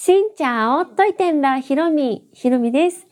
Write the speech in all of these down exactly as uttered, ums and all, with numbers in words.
しんちゃおといてんらひろみひろみです。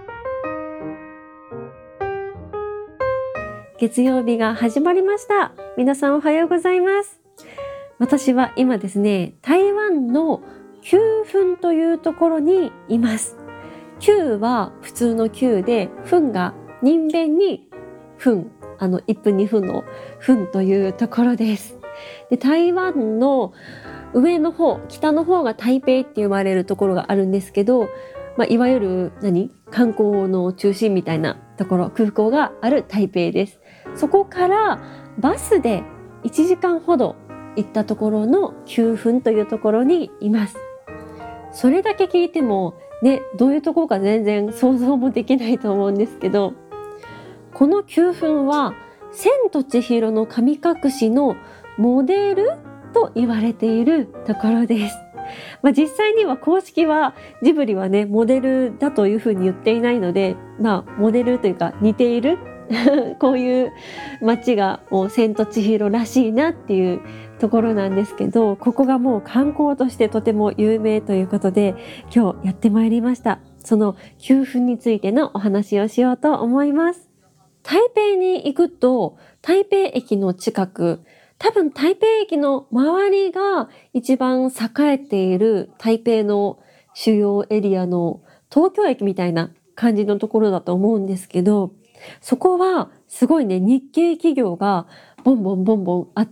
月曜日が始まりました。皆さんおはようございます。私は今ですね、台湾の九份というところにいます。九は普通の九で、分が人弁に分、あのいっぷんにふんの分というところです。で、台湾の上の方、北の方が台北って呼ばれるところがあるんですけど、まあ、いわゆる何観光の中心みたいなところ、空港がある台北です。そこからバスでいちじかんほど行ったところの九份というところにいます。それだけ聞いてもね、どういうところか全然想像もできないと思うんですけど、この九份は千と千尋の神隠しのモデルと言われているところです。まあ、実際には公式はジブリはねモデルだというふうに言っていないので、まあモデルというか似ているこういう街がもう千と千尋らしいなっていうところなんですけど、ここがもう観光としてとても有名ということで今日やってまいりました。その九份についてのお話をしようと思います。台北に行くと台北駅の近く、多分台北駅の周りが一番栄えている台北の主要エリアの東京駅みたいな感じのところだと思うんですけど、そこはすごいね、日系企業がボンボンボンボンあって、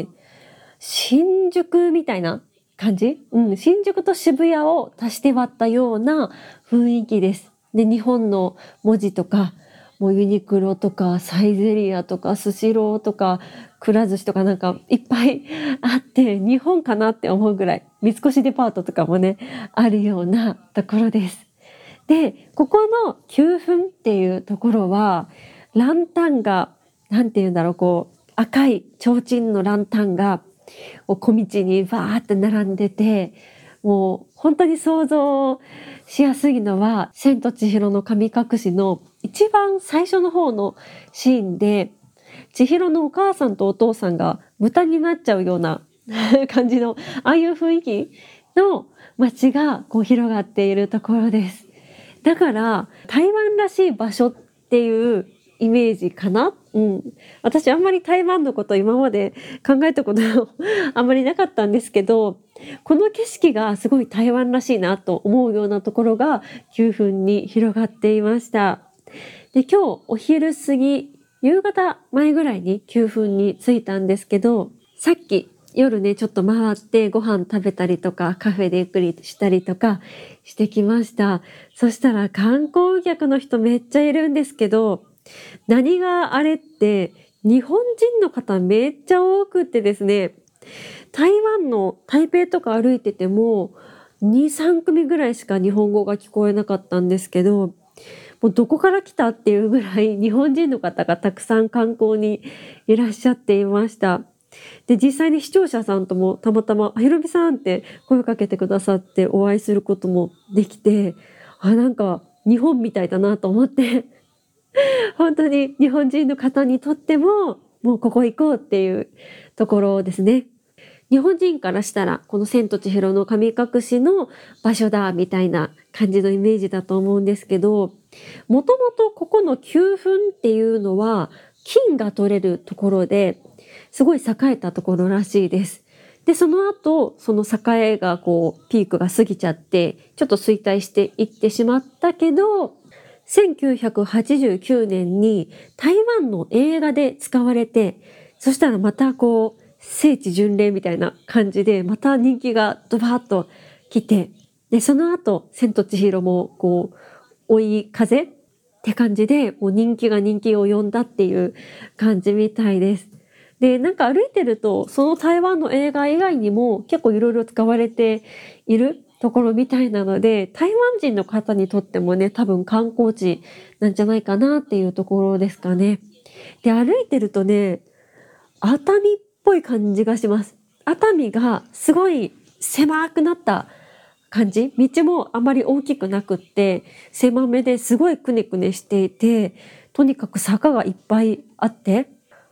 新宿みたいな感じ、うん、新宿と渋谷を足して割ったような雰囲気です。で、日本の文字とかもうユニクロとかサイゼリアとかスシローとかくら寿司とかなんかいっぱいあって、日本かなって思うぐらい、三越デパートとかもねあるようなところです。で、ここの九份っていうところはランタンがなんていうんだろう、こう赤い提灯のランタンが小道にバーって並んでて、もう本当に想像しやすいのは千と千尋の神隠しの一番最初の方のシーンで、千尋のお母さんとお父さんが豚になっちゃうような感じのああいう雰囲気の街がこう広がっているところです。だから台湾らしい場所っていうイメージかな、うん、私あんまり台湾のこと今まで考えたことあんまりなかったんですけど、この景色がすごい台湾らしいなと思うようなところが九份に広がっていました。で、今日お昼過ぎ、夕方前ぐらいに九份に着いたんですけど、さっき夜ねちょっと回ってご飯食べたりとかカフェでゆっくりしたりとかしてきました。そしたら観光客の人めっちゃいるんですけど、何があれって日本人の方めっちゃ多くってですね、台湾の台北とか歩いててもに、さん組ぐらいしか日本語が聞こえなかったんですけど、もうどこから来たっていうぐらい日本人の方がたくさん観光にいらっしゃっていました。で、実際に視聴者さんともたまたまひろみさんって声かけてくださってお会いすることもできて、あ、なんか日本みたいだなと思って本当に日本人の方にとってももうここ行こうっていうところですね。日本人からしたらこの千と千尋の神隠しの場所だみたいな感じのイメージだと思うんですけど、もともとここの九份っていうのは金が取れるところですごい栄えたところらしいです。で、その後その栄えがこうピークが過ぎちゃってちょっと衰退していってしまったけど、せんきゅうひゃくはちじゅうきゅうねんに台湾の映画で使われて、そしたらまたこう聖地巡礼みたいな感じでまた人気がドバーッと来て、でその後千と千尋もこう追い風って感じでもう人気が人気を呼んだっていう感じみたいです。で、なんか歩いてるとその台湾の映画以外にも結構いろいろ使われているところみたいなので、台湾人の方にとってもね多分観光地なんじゃないかなっていうところですかね。で、歩いてるとね、熱海っぽい感じがします。熱海がすごい狭くなった感じ、道もあまり大きくなくって狭めですごいくねくねしていて、とにかく坂がいっぱいあって、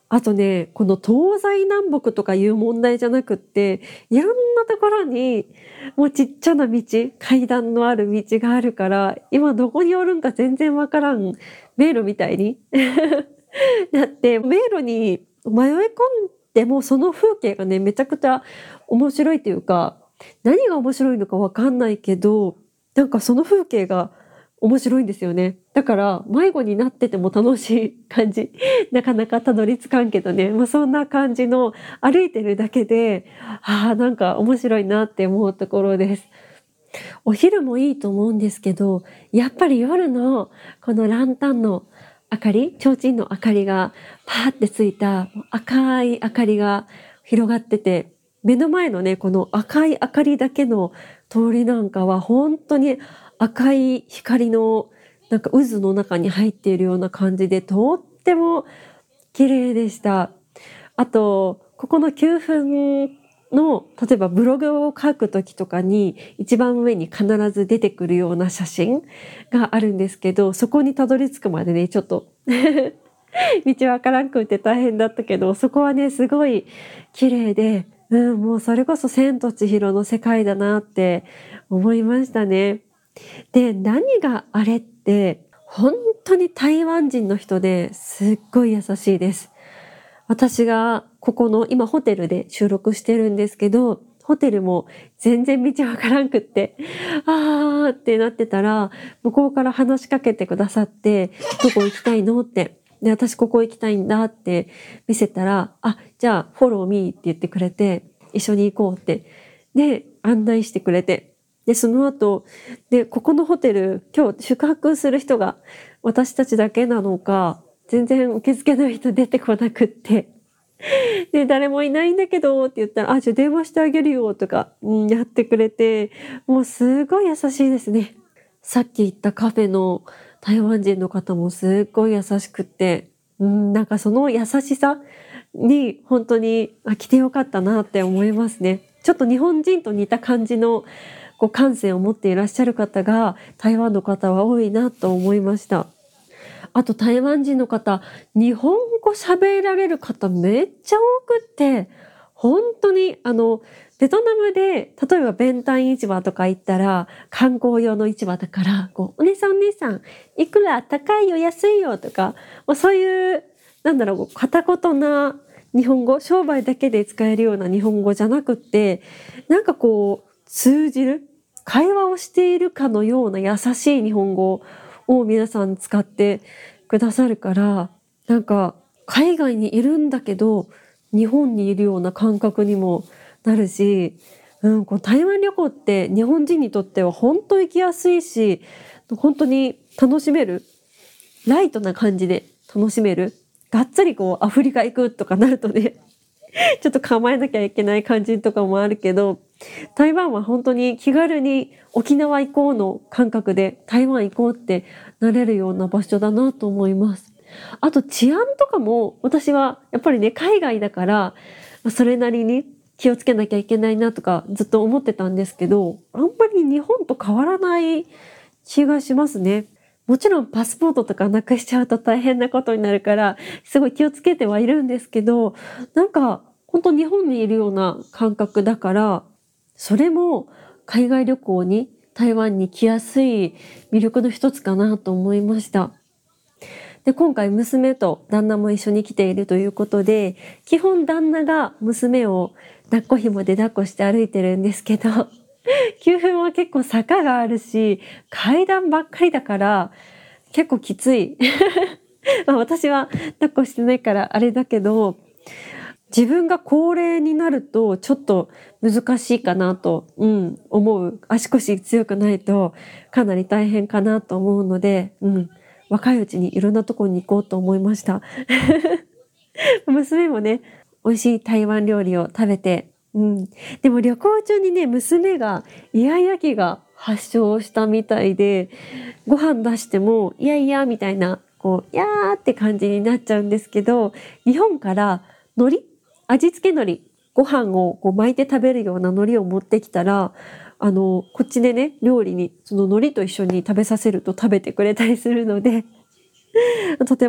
あとね、この東西南北とかいう問題じゃなくって、いろんなところにもうちっちゃな道、階段のある道があるから、今どこにおるんか全然わからん迷路みたいになって、迷路に迷い込んでもその風景がね、めちゃくちゃ面白いというか、何が面白いのかわかんないけど、なんかその風景が面白いんですよね。だから迷子になってても楽しい感じ。なかなかたどり着かんけどね、まあ、そんな感じの歩いてるだけで、ああ、なんか面白いなって思うところです。お昼もいいと思うんですけど、やっぱり夜のこのランタンの明かり、提灯の明かりがパーってついた赤い明かりが広がってて、目の前のね、この赤い明かりだけの通りなんかは本当に赤い光のなんか渦の中に入っているような感じで、とっても綺麗でした。あと、ここのきゅうふんの、例えばブログを書くときとかに、一番上に必ず出てくるような写真があるんですけど、そこにたどり着くまでね、ちょっと道わからんくって大変だったけど、そこはね、すごい綺麗で、うん、もうそれこそ千と千尋の世界だなって思いましたね。で、何があれって、本当に台湾人の人ですっごい優しいです。私がここの今ホテルで収録してるんですけど、ホテルも全然道わからんくって、あーってなってたら、向こうから話しかけてくださって、どこ行きたいのって。で、私ここ行きたいんだって見せたら、あ、じゃあフォローミーって言ってくれて、一緒に行こうって。で、案内してくれて。で、その後、で、ここのホテル、今日宿泊する人が私たちだけなのか、全然受付の人出てこなくって。で、誰もいないんだけどって言ったら、あ、じゃあ電話してあげるよとか、うん、やってくれて、もうすごい優しいですね。さっき言ったカフェの台湾人の方もすっごい優しくって、うん、なんかその優しさに本当に、あ、来てよかったなって思いますね。ちょっと日本人と似た感じのこう感性を持っていらっしゃる方が台湾の方は多いなと思いました。あと台湾人の方、日本語喋られる方めっちゃ多くって、本当にあの、ベトナムで、例えばベンタン市場とか行ったら、観光用の市場だから、こう、お姉さんお姉さん、いくら高いよ安いよとか、まあ、そういう、なんだろう、片言な日本語、商売だけで使えるような日本語じゃなくって、なんかこう、通じる、会話をしているかのような優しい日本語を皆さん使ってくださるから、なんか海外にいるんだけど日本にいるような感覚にもなるし、うん、こう台湾旅行って日本人にとっては本当行きやすいし、本当に楽しめる、ライトな感じで楽しめる。がっつりこうアフリカ行くとかなるとねちょっと構えなきゃいけない感じとかもあるけど、台湾は本当に気軽に沖縄行こうの感覚で台湾行こうってなれるような場所だなと思います。あと治安とかも私はやっぱりね、海外だからそれなりに気をつけなきゃいけないなとかずっと思ってたんですけど、あんまり日本と変わらない気がしますね。もちろんパスポートとかなくしちゃうと大変なことになるからすごい気をつけてはいるんですけど、なんか本当日本にいるような感覚だから、それも海外旅行に台湾に来やすい魅力の一つかなと思いました。で、今回娘と旦那も一緒に来ているということで、基本旦那が娘を抱っこ紐で抱っこして歩いてるんですけど、きゅうふんは結構坂があるし、階段ばっかりだから結構きつい。まあ私は抱っこしてないからあれだけど、自分が高齢になるとちょっと難しいかなと、うん、思う。足腰強くないとかなり大変かなと思うので、うん、若いうちにいろんなところに行こうと思いました。娘もね、美味しい台湾料理を食べて、うん、でも旅行中にね、娘がイヤイヤ期が発症したみたいで、ご飯出してもいやいやみたいな、こう、いやーって感じになっちゃうんですけど、日本から海苔味付け海苔、ご飯をこう巻いて食べるような海苔を持ってきたら、あの、こっちでね、料理にその海苔と一緒に食べさせると食べてくれたりするので、とても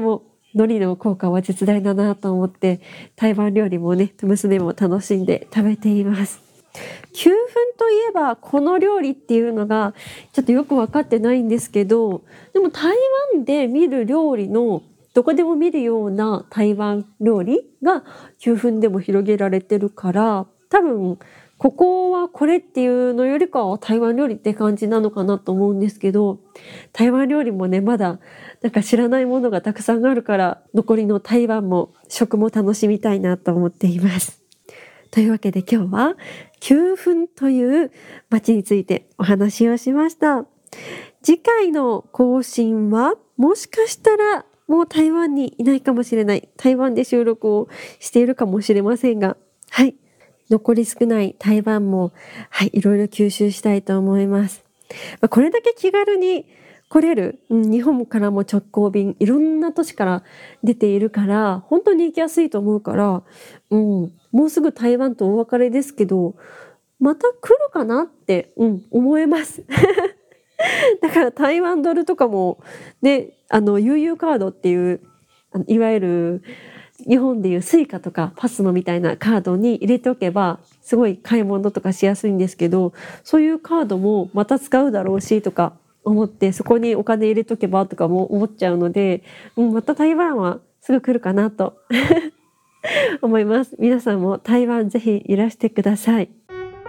海苔の効果は絶大だなと思って、台湾料理もね、娘も楽しんで食べています。九粉といえばこの料理っていうのがちょっとよく分かってないんですけど、でも台湾で見る料理のどこでも見るような台湾料理が九粉でも広げられてるから、多分ここはこれっていうのよりかは台湾料理って感じなのかなと思うんですけど、台湾料理もねまだなんか知らないものがたくさんあるから、残りの台湾も食も楽しみたいなと思っています。というわけで今日は九粉という町についてお話をしました。次回の更新はもしかしたらもう台湾にいないかもしれない。台湾で収録をしているかもしれませんが、はい。残り少ない台湾も、はい、いろいろ吸収したいと思います。これだけ気軽に来れる、うん、日本からも直行便、いろんな都市から出ているから、本当に行きやすいと思うから、うん、もうすぐ台湾とお別れですけど、また来るかなって、うん、思えます。だから台湾ドルとかも、ね、あの、ユーユーカードっていう、あのいわゆる、日本でいうスイカとかパスモみたいなカードに入れておけばすごい買い物とかしやすいんですけど、そういうカードもまた使うだろうしとか思って、そこにお金入れとけばとかも思っちゃうので、うん、また台湾はすぐ来るかなと思います。皆さんも台湾ぜひいらしてください。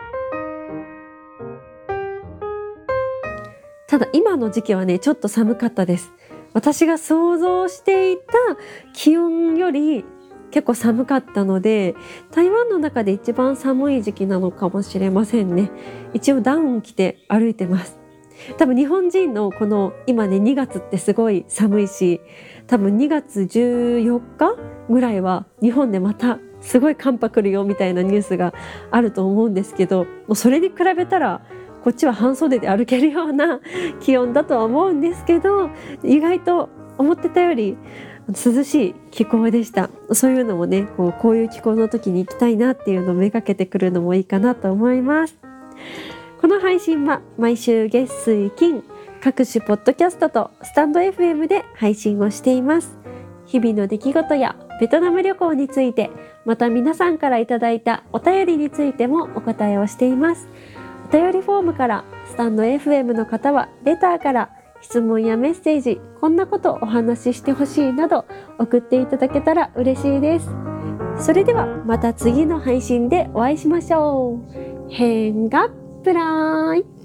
ただ今の時期はねちょっと寒かったです。私が想像していた気温より結構寒かったので、台湾の中で一番寒い時期なのかもしれませんね。一応ダウン着て歩いてます。多分日本人のこの今ねにがつってすごい寒いし、多分にがつじゅうよっかぐらいは日本でまたすごい寒波来るよみたいなニュースがあると思うんですけど、もうそれに比べたらこっちは半袖で歩けるような気温だとは思うんですけど、意外と思ってたより涼しい気候でした。そういうのもね、こう、こういう気候の時に行きたいなっていうのをめがけてくるのもいいかなと思います。この配信は毎週月水金各種ポッドキャストとスタンド エフエム で配信をしています。日々の出来事やベトナム旅行について、また皆さんからいただいたお便りについてもお答えをしています。お便りフォームから、スタンド エフエム の方はレターから質問やメッセージ、こんなことお話ししてほしいなど送っていただけたら嬉しいです。それではまた次の配信でお会いしましょう。変がプライ